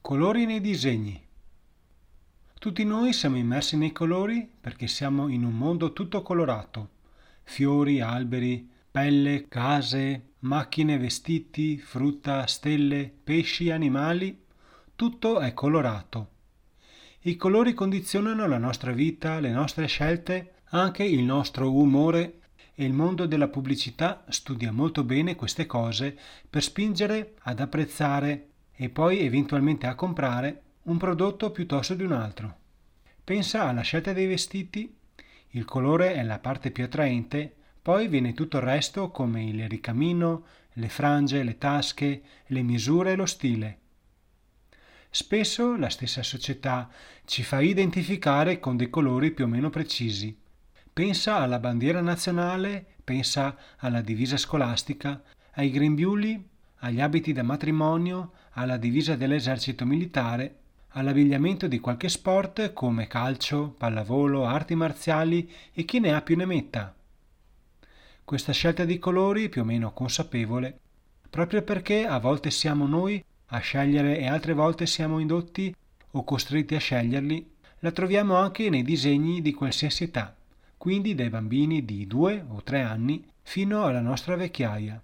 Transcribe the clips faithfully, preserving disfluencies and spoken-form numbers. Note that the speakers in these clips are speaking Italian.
Colori nei disegni. Tutti noi siamo immersi nei colori perché siamo in un mondo tutto colorato. Fiori, alberi, pelle, case, macchine, vestiti, frutta, stelle, pesci, animali, tutto è colorato. I colori condizionano la nostra vita, le nostre scelte, anche il nostro umore, e il mondo della pubblicità studia molto bene queste cose per spingere ad apprezzare e poi eventualmente a comprare un prodotto piuttosto di un altro. Pensa alla scelta dei vestiti. Il colore è la parte più attraente, poi viene tutto il resto come il ricamino, le frange, le tasche, le misure e lo stile. Spesso la stessa società ci fa identificare con dei colori più o meno precisi. Pensa alla bandiera nazionale, pensa alla divisa scolastica, ai grembiuli, agli abiti da matrimonio, alla divisa dell'esercito militare, all'abbigliamento di qualche sport come calcio, pallavolo, arti marziali e chi ne ha più ne metta. Questa scelta di colori più o meno consapevole, proprio perché a volte siamo noi a scegliere e altre volte siamo indotti o costretti a sceglierli, la troviamo anche nei disegni di qualsiasi età, quindi dai bambini di due o tre anni fino alla nostra vecchiaia.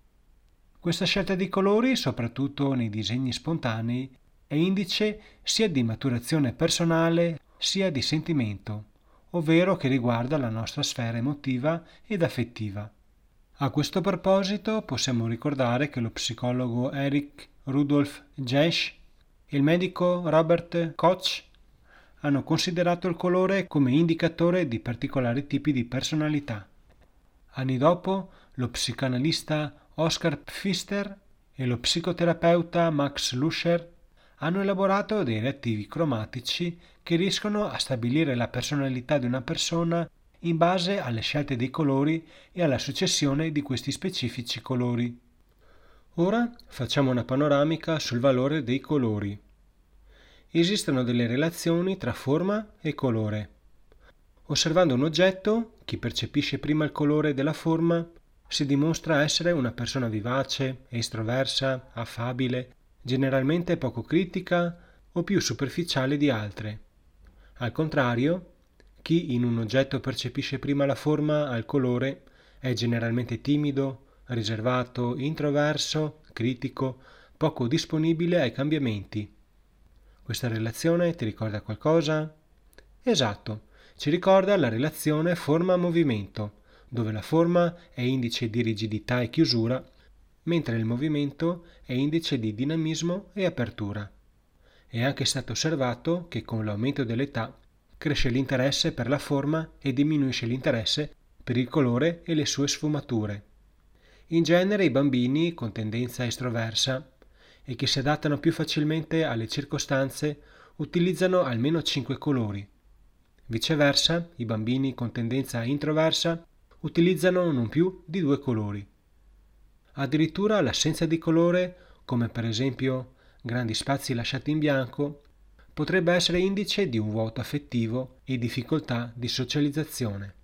Questa scelta di colori, soprattutto nei disegni spontanei, è indice sia di maturazione personale sia di sentimento, ovvero che riguarda la nostra sfera emotiva ed affettiva. A questo proposito possiamo ricordare che lo psicologo Eric Rudolf Jesch e il medico Robert Koch hanno considerato il colore come indicatore di particolari tipi di personalità. Anni dopo, lo psicanalista Oscar Pfister e lo psicoterapeuta Max Luscher hanno elaborato dei reattivi cromatici che riescono a stabilire la personalità di una persona in base alle scelte dei colori e alla successione di questi specifici colori. Ora facciamo una panoramica sul valore dei colori. Esistono delle relazioni tra forma e colore. Osservando un oggetto, chi percepisce prima il colore della forma si dimostra essere una persona vivace, estroversa, affabile, generalmente poco critica o più superficiale di altre. Al contrario, chi in un oggetto percepisce prima la forma al colore è generalmente timido, riservato, introverso, critico, poco disponibile ai cambiamenti. Questa relazione ti ricorda qualcosa? Esatto, ci ricorda la relazione forma-movimento, dove la forma è indice di rigidità e chiusura, mentre il movimento è indice di dinamismo e apertura. È anche stato osservato che con l'aumento dell'età cresce l'interesse per la forma e diminuisce l'interesse per il colore e le sue sfumature. In genere i bambini con tendenza estroversa e che si adattano più facilmente alle circostanze utilizzano almeno cinque colori. Viceversa, i bambini con tendenza introversa utilizzano non più di due colori. Addirittura l'assenza di colore, come per esempio grandi spazi lasciati in bianco, potrebbe essere indice di un vuoto affettivo e difficoltà di socializzazione.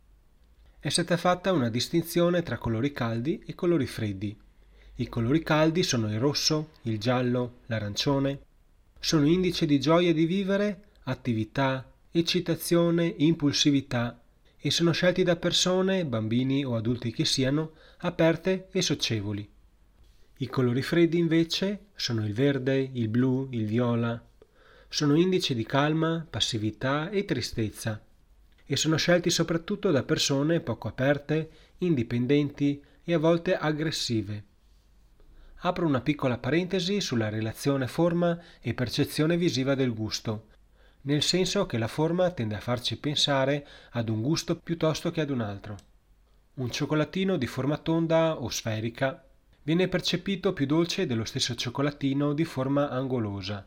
È stata fatta una distinzione tra colori caldi e colori freddi. I colori caldi sono il rosso, il giallo, l'arancione. Sono indice di gioia di vivere, attività, eccitazione, impulsività e sono scelti da persone, bambini o adulti che siano, aperte e socievoli. I colori freddi invece sono il verde, il blu, il viola. Sono indice di calma, passività e tristezza e sono scelti soprattutto da persone poco aperte, indipendenti e a volte aggressive. Apro una piccola parentesi sulla relazione forma e percezione visiva del gusto, nel senso che la forma tende a farci pensare ad un gusto piuttosto che ad un altro. Un cioccolatino di forma tonda o sferica viene percepito più dolce dello stesso cioccolatino di forma angolosa.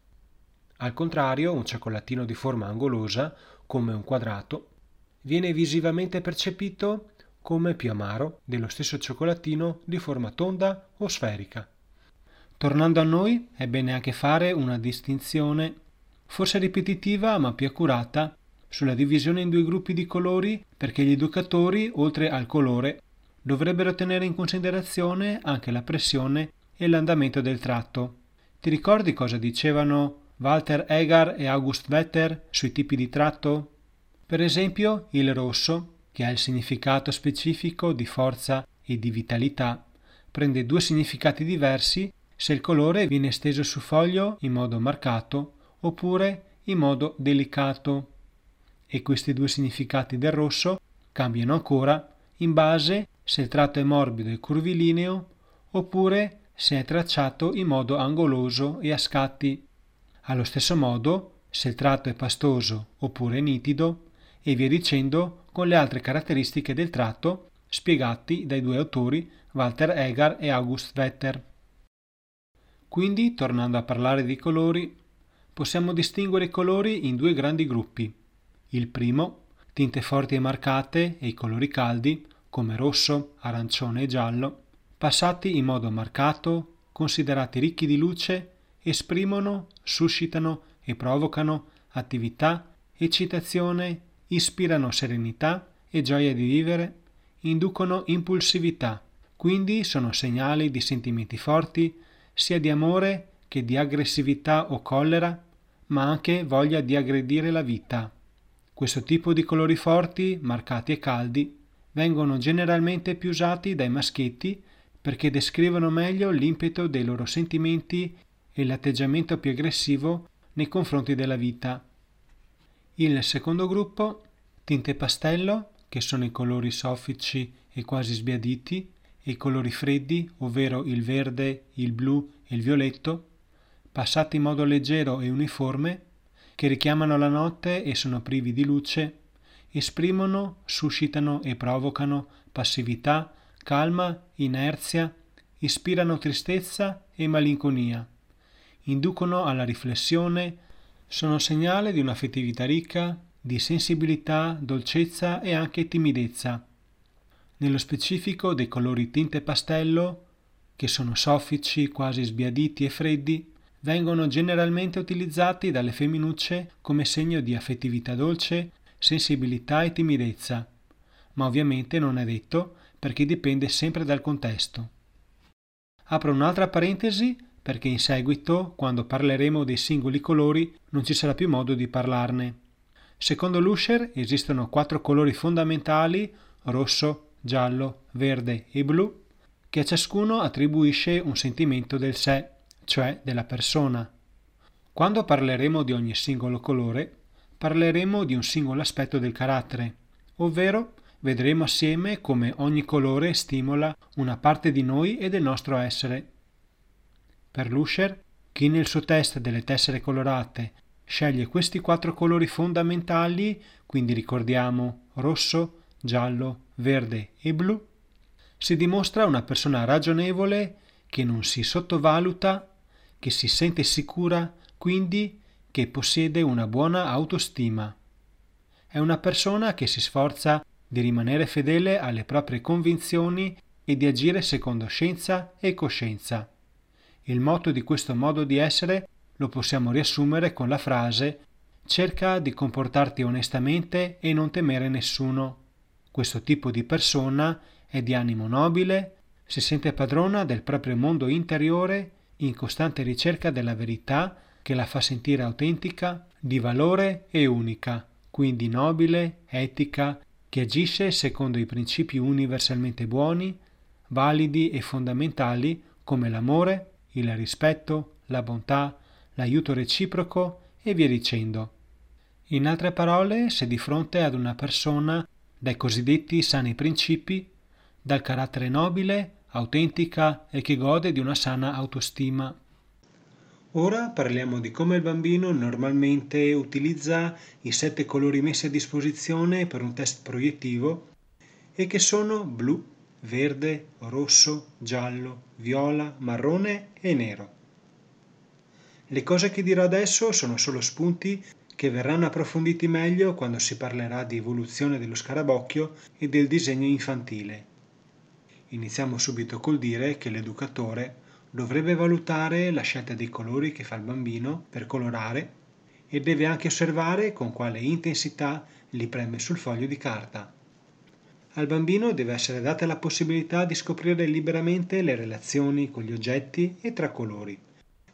Al contrario, un cioccolatino di forma angolosa, come un quadrato, viene visivamente percepito come più amaro dello stesso cioccolatino di forma tonda o sferica. Tornando a noi, è bene anche fare una distinzione, forse ripetitiva ma più accurata, sulla divisione in due gruppi di colori, perché gli educatori, oltre al colore, dovrebbero tenere in considerazione anche la pressione e l'andamento del tratto, Ti ricordi cosa dicevano Walter Egar e August Wetter sui tipi di tratto? Per esempio, il rosso, che ha il significato specifico di forza e di vitalità, prende due significati diversi se il colore viene steso su foglio in modo marcato oppure in modo delicato. E questi due significati del rosso cambiano ancora in base se il tratto è morbido e curvilineo oppure se è tracciato in modo angoloso e a scatti. Allo stesso modo, se il tratto è pastoso oppure nitido, e via dicendo con le altre caratteristiche del tratto spiegati dai due autori Walter Egar e August Wetter. Quindi, tornando a parlare di colori, possiamo distinguere i colori in due grandi gruppi. Il primo, tinte forti e marcate e i colori caldi, come rosso, arancione e giallo, passati in modo marcato, considerati ricchi di luce, esprimono, suscitano e provocano attività, eccitazione, ispirano serenità e gioia di vivere, inducono impulsività, quindi sono segnali di sentimenti forti, sia di amore che di aggressività o collera, ma anche voglia di aggredire la vita. Questo tipo di colori forti, marcati e caldi, vengono generalmente più usati dai maschietti perché descrivono meglio l'impeto dei loro sentimenti e l'atteggiamento più aggressivo nei confronti della vita. Il secondo gruppo, tinte pastello, che sono i colori soffici e quasi sbiaditi, e i colori freddi, ovvero il verde, il blu e il violetto, passati in modo leggero e uniforme, che richiamano la notte e sono privi di luce, esprimono, suscitano e provocano passività, calma, inerzia, ispirano tristezza e malinconia, inducono alla riflessione, sono segnale di un'affettività ricca, di sensibilità, dolcezza e anche timidezza. Nello specifico dei colori tinte pastello, che sono soffici, quasi sbiaditi e freddi, vengono generalmente utilizzati dalle femminucce come segno di affettività dolce, sensibilità e timidezza, ma ovviamente non è detto perché dipende sempre dal contesto. Apro un'altra parentesi perché in seguito, quando parleremo dei singoli colori, non ci sarà più modo di parlarne. Secondo Luscher esistono quattro colori fondamentali, rosso, giallo, verde e blu, che a ciascuno attribuisce un sentimento del sé, cioè della persona. Quando parleremo di ogni singolo colore, parleremo di un singolo aspetto del carattere, ovvero vedremo assieme come ogni colore stimola una parte di noi e del nostro essere. Per Luscher, chi nel suo test delle tessere colorate sceglie questi quattro colori fondamentali, quindi ricordiamo rosso, giallo, verde e blu, si dimostra una persona ragionevole che non si sottovaluta, che si sente sicura, quindi che possiede una buona autostima. È una persona che si sforza di rimanere fedele alle proprie convinzioni e di agire secondo scienza e coscienza. Il motto di questo modo di essere lo possiamo riassumere con la frase: cerca di comportarti onestamente e non temere nessuno. Questo tipo di persona è di animo nobile, si sente padrona del proprio mondo interiore, in costante ricerca della verità che la fa sentire autentica, di valore e unica, quindi nobile, etica, che agisce secondo i principi universalmente buoni, validi e fondamentali come l'amore, il rispetto, la bontà, l'aiuto reciproco e via dicendo. In altre parole, sei di fronte ad una persona dai cosiddetti sani principi, dal carattere nobile, autentica e che gode di una sana autostima. Ora parliamo di come il bambino normalmente utilizza i sette colori messi a disposizione per un test proiettivo e che sono blu, verde, rosso, giallo, viola, marrone e nero. Le cose che dirò adesso sono solo spunti che verranno approfonditi meglio quando si parlerà di evoluzione dello scarabocchio e del disegno infantile. Iniziamo subito col dire che l'educatore dovrebbe valutare la scelta dei colori che fa il bambino per colorare e deve anche osservare con quale intensità li preme sul foglio di carta. Al bambino deve essere data la possibilità di scoprire liberamente le relazioni con gli oggetti e tra colori,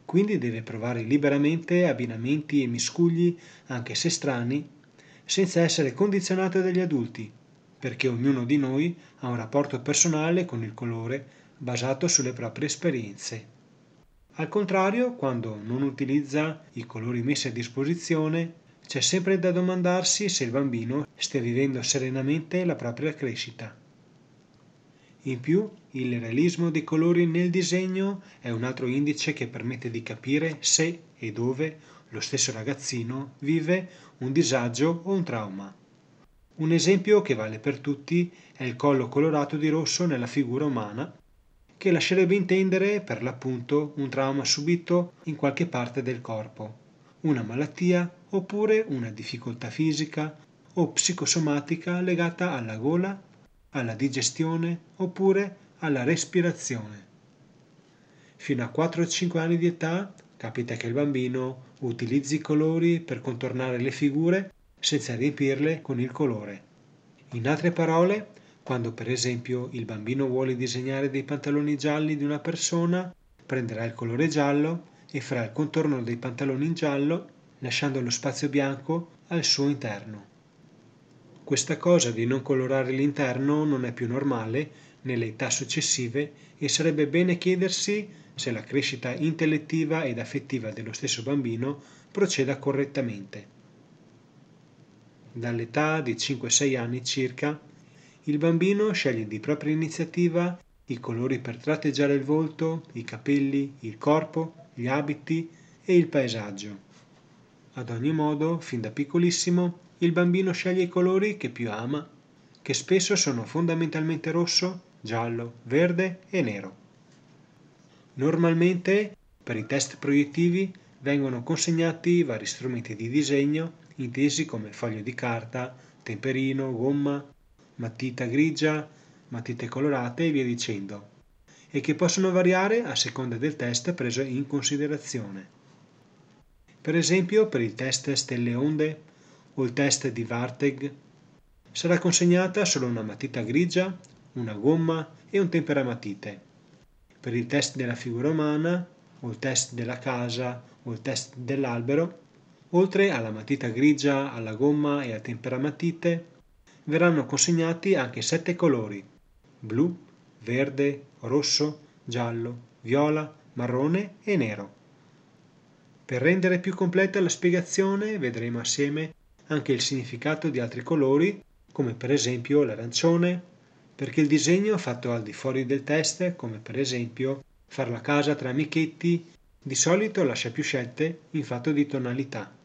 Quindi deve provare liberamente abbinamenti e miscugli, anche se strani, senza essere condizionato dagli adulti, perché ognuno di noi ha un rapporto personale con il colore basato sulle proprie esperienze. Al contrario, quando non utilizza i colori messi a disposizione, c'è sempre da domandarsi se il bambino stia vivendo serenamente la propria crescita. In più, il realismo dei colori nel disegno è un altro indice che permette di capire se e dove lo stesso ragazzino vive un disagio o un trauma. Un esempio che vale per tutti è il collo colorato di rosso nella figura umana, che lascerebbe intendere per l'appunto un trauma subito in qualche parte del corpo, una malattia oppure una difficoltà fisica o psicosomatica legata alla gola, alla digestione oppure alla respirazione. Fino a quattro cinque anni di età capita che il bambino utilizzi i colori per contornare le figure senza riempirle con il colore. In altre parole, quando per esempio il bambino vuole disegnare dei pantaloni gialli di una persona, prenderà il colore giallo e farà il contorno dei pantaloni in giallo, lasciando lo spazio bianco al suo interno. Questa cosa di non colorare l'interno non è più normale nelle età successive e sarebbe bene chiedersi se la crescita intellettiva ed affettiva dello stesso bambino proceda correttamente. Dall'età di cinque sei anni circa, il bambino sceglie di propria iniziativa i colori per tratteggiare il volto, i capelli, il corpo, gli abiti e il paesaggio. Ad ogni modo, fin da piccolissimo, il bambino sceglie i colori che più ama, che spesso sono fondamentalmente rosso, giallo, verde e nero. Normalmente, per i test proiettivi, vengono consegnati vari strumenti di disegno, intesi come foglio di carta, temperino, gomma, matita grigia, matite colorate e via dicendo, e che possono variare a seconda del test preso in considerazione. Per esempio, per il test stelle onde o il test di Varteg sarà consegnata solo una matita grigia, una gomma e un temperamatite. Per il test della figura umana o il test della casa o il test dell'albero, oltre alla matita grigia, alla gomma e al temperamatite, verranno consegnati anche sette colori: blu, verde, rosso, giallo, viola, marrone e nero. Per rendere più completa la spiegazione vedremo assieme anche il significato di altri colori, come per esempio l'arancione, perché il disegno fatto al di fuori del test, come per esempio far la casa tra amichetti, di solito lascia più scelte in fatto di tonalità.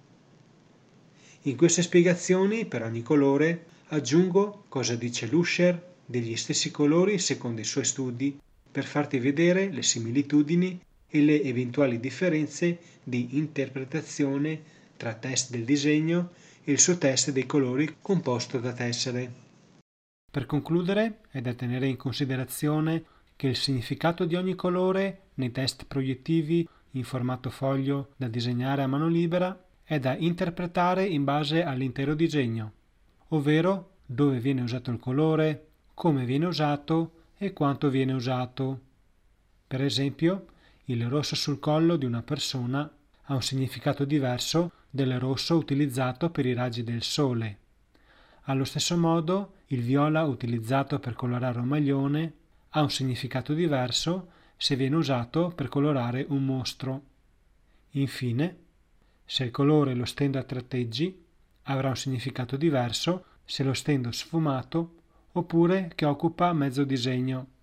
In queste spiegazioni per ogni colore aggiungo cosa dice Luscher degli stessi colori secondo i suoi studi per farti vedere le similitudini e le eventuali differenze di interpretazione tra test del disegno e il suo test dei colori composto da tessere. Per concludere, è da tenere in considerazione che il significato di ogni colore nei test proiettivi in formato foglio da disegnare a mano libera è da interpretare in base all'intero disegno, ovvero dove viene usato il colore, come viene usato e quanto viene usato. Per esempio, il rosso sul collo di una persona ha un significato diverso del rosso utilizzato per i raggi del sole. Allo stesso modo, il viola utilizzato per colorare un maglione ha un significato diverso se viene usato per colorare un mostro. Infine, se il colore lo stendo a tratteggi avrà un significato diverso se lo stendo sfumato oppure che occupa mezzo disegno.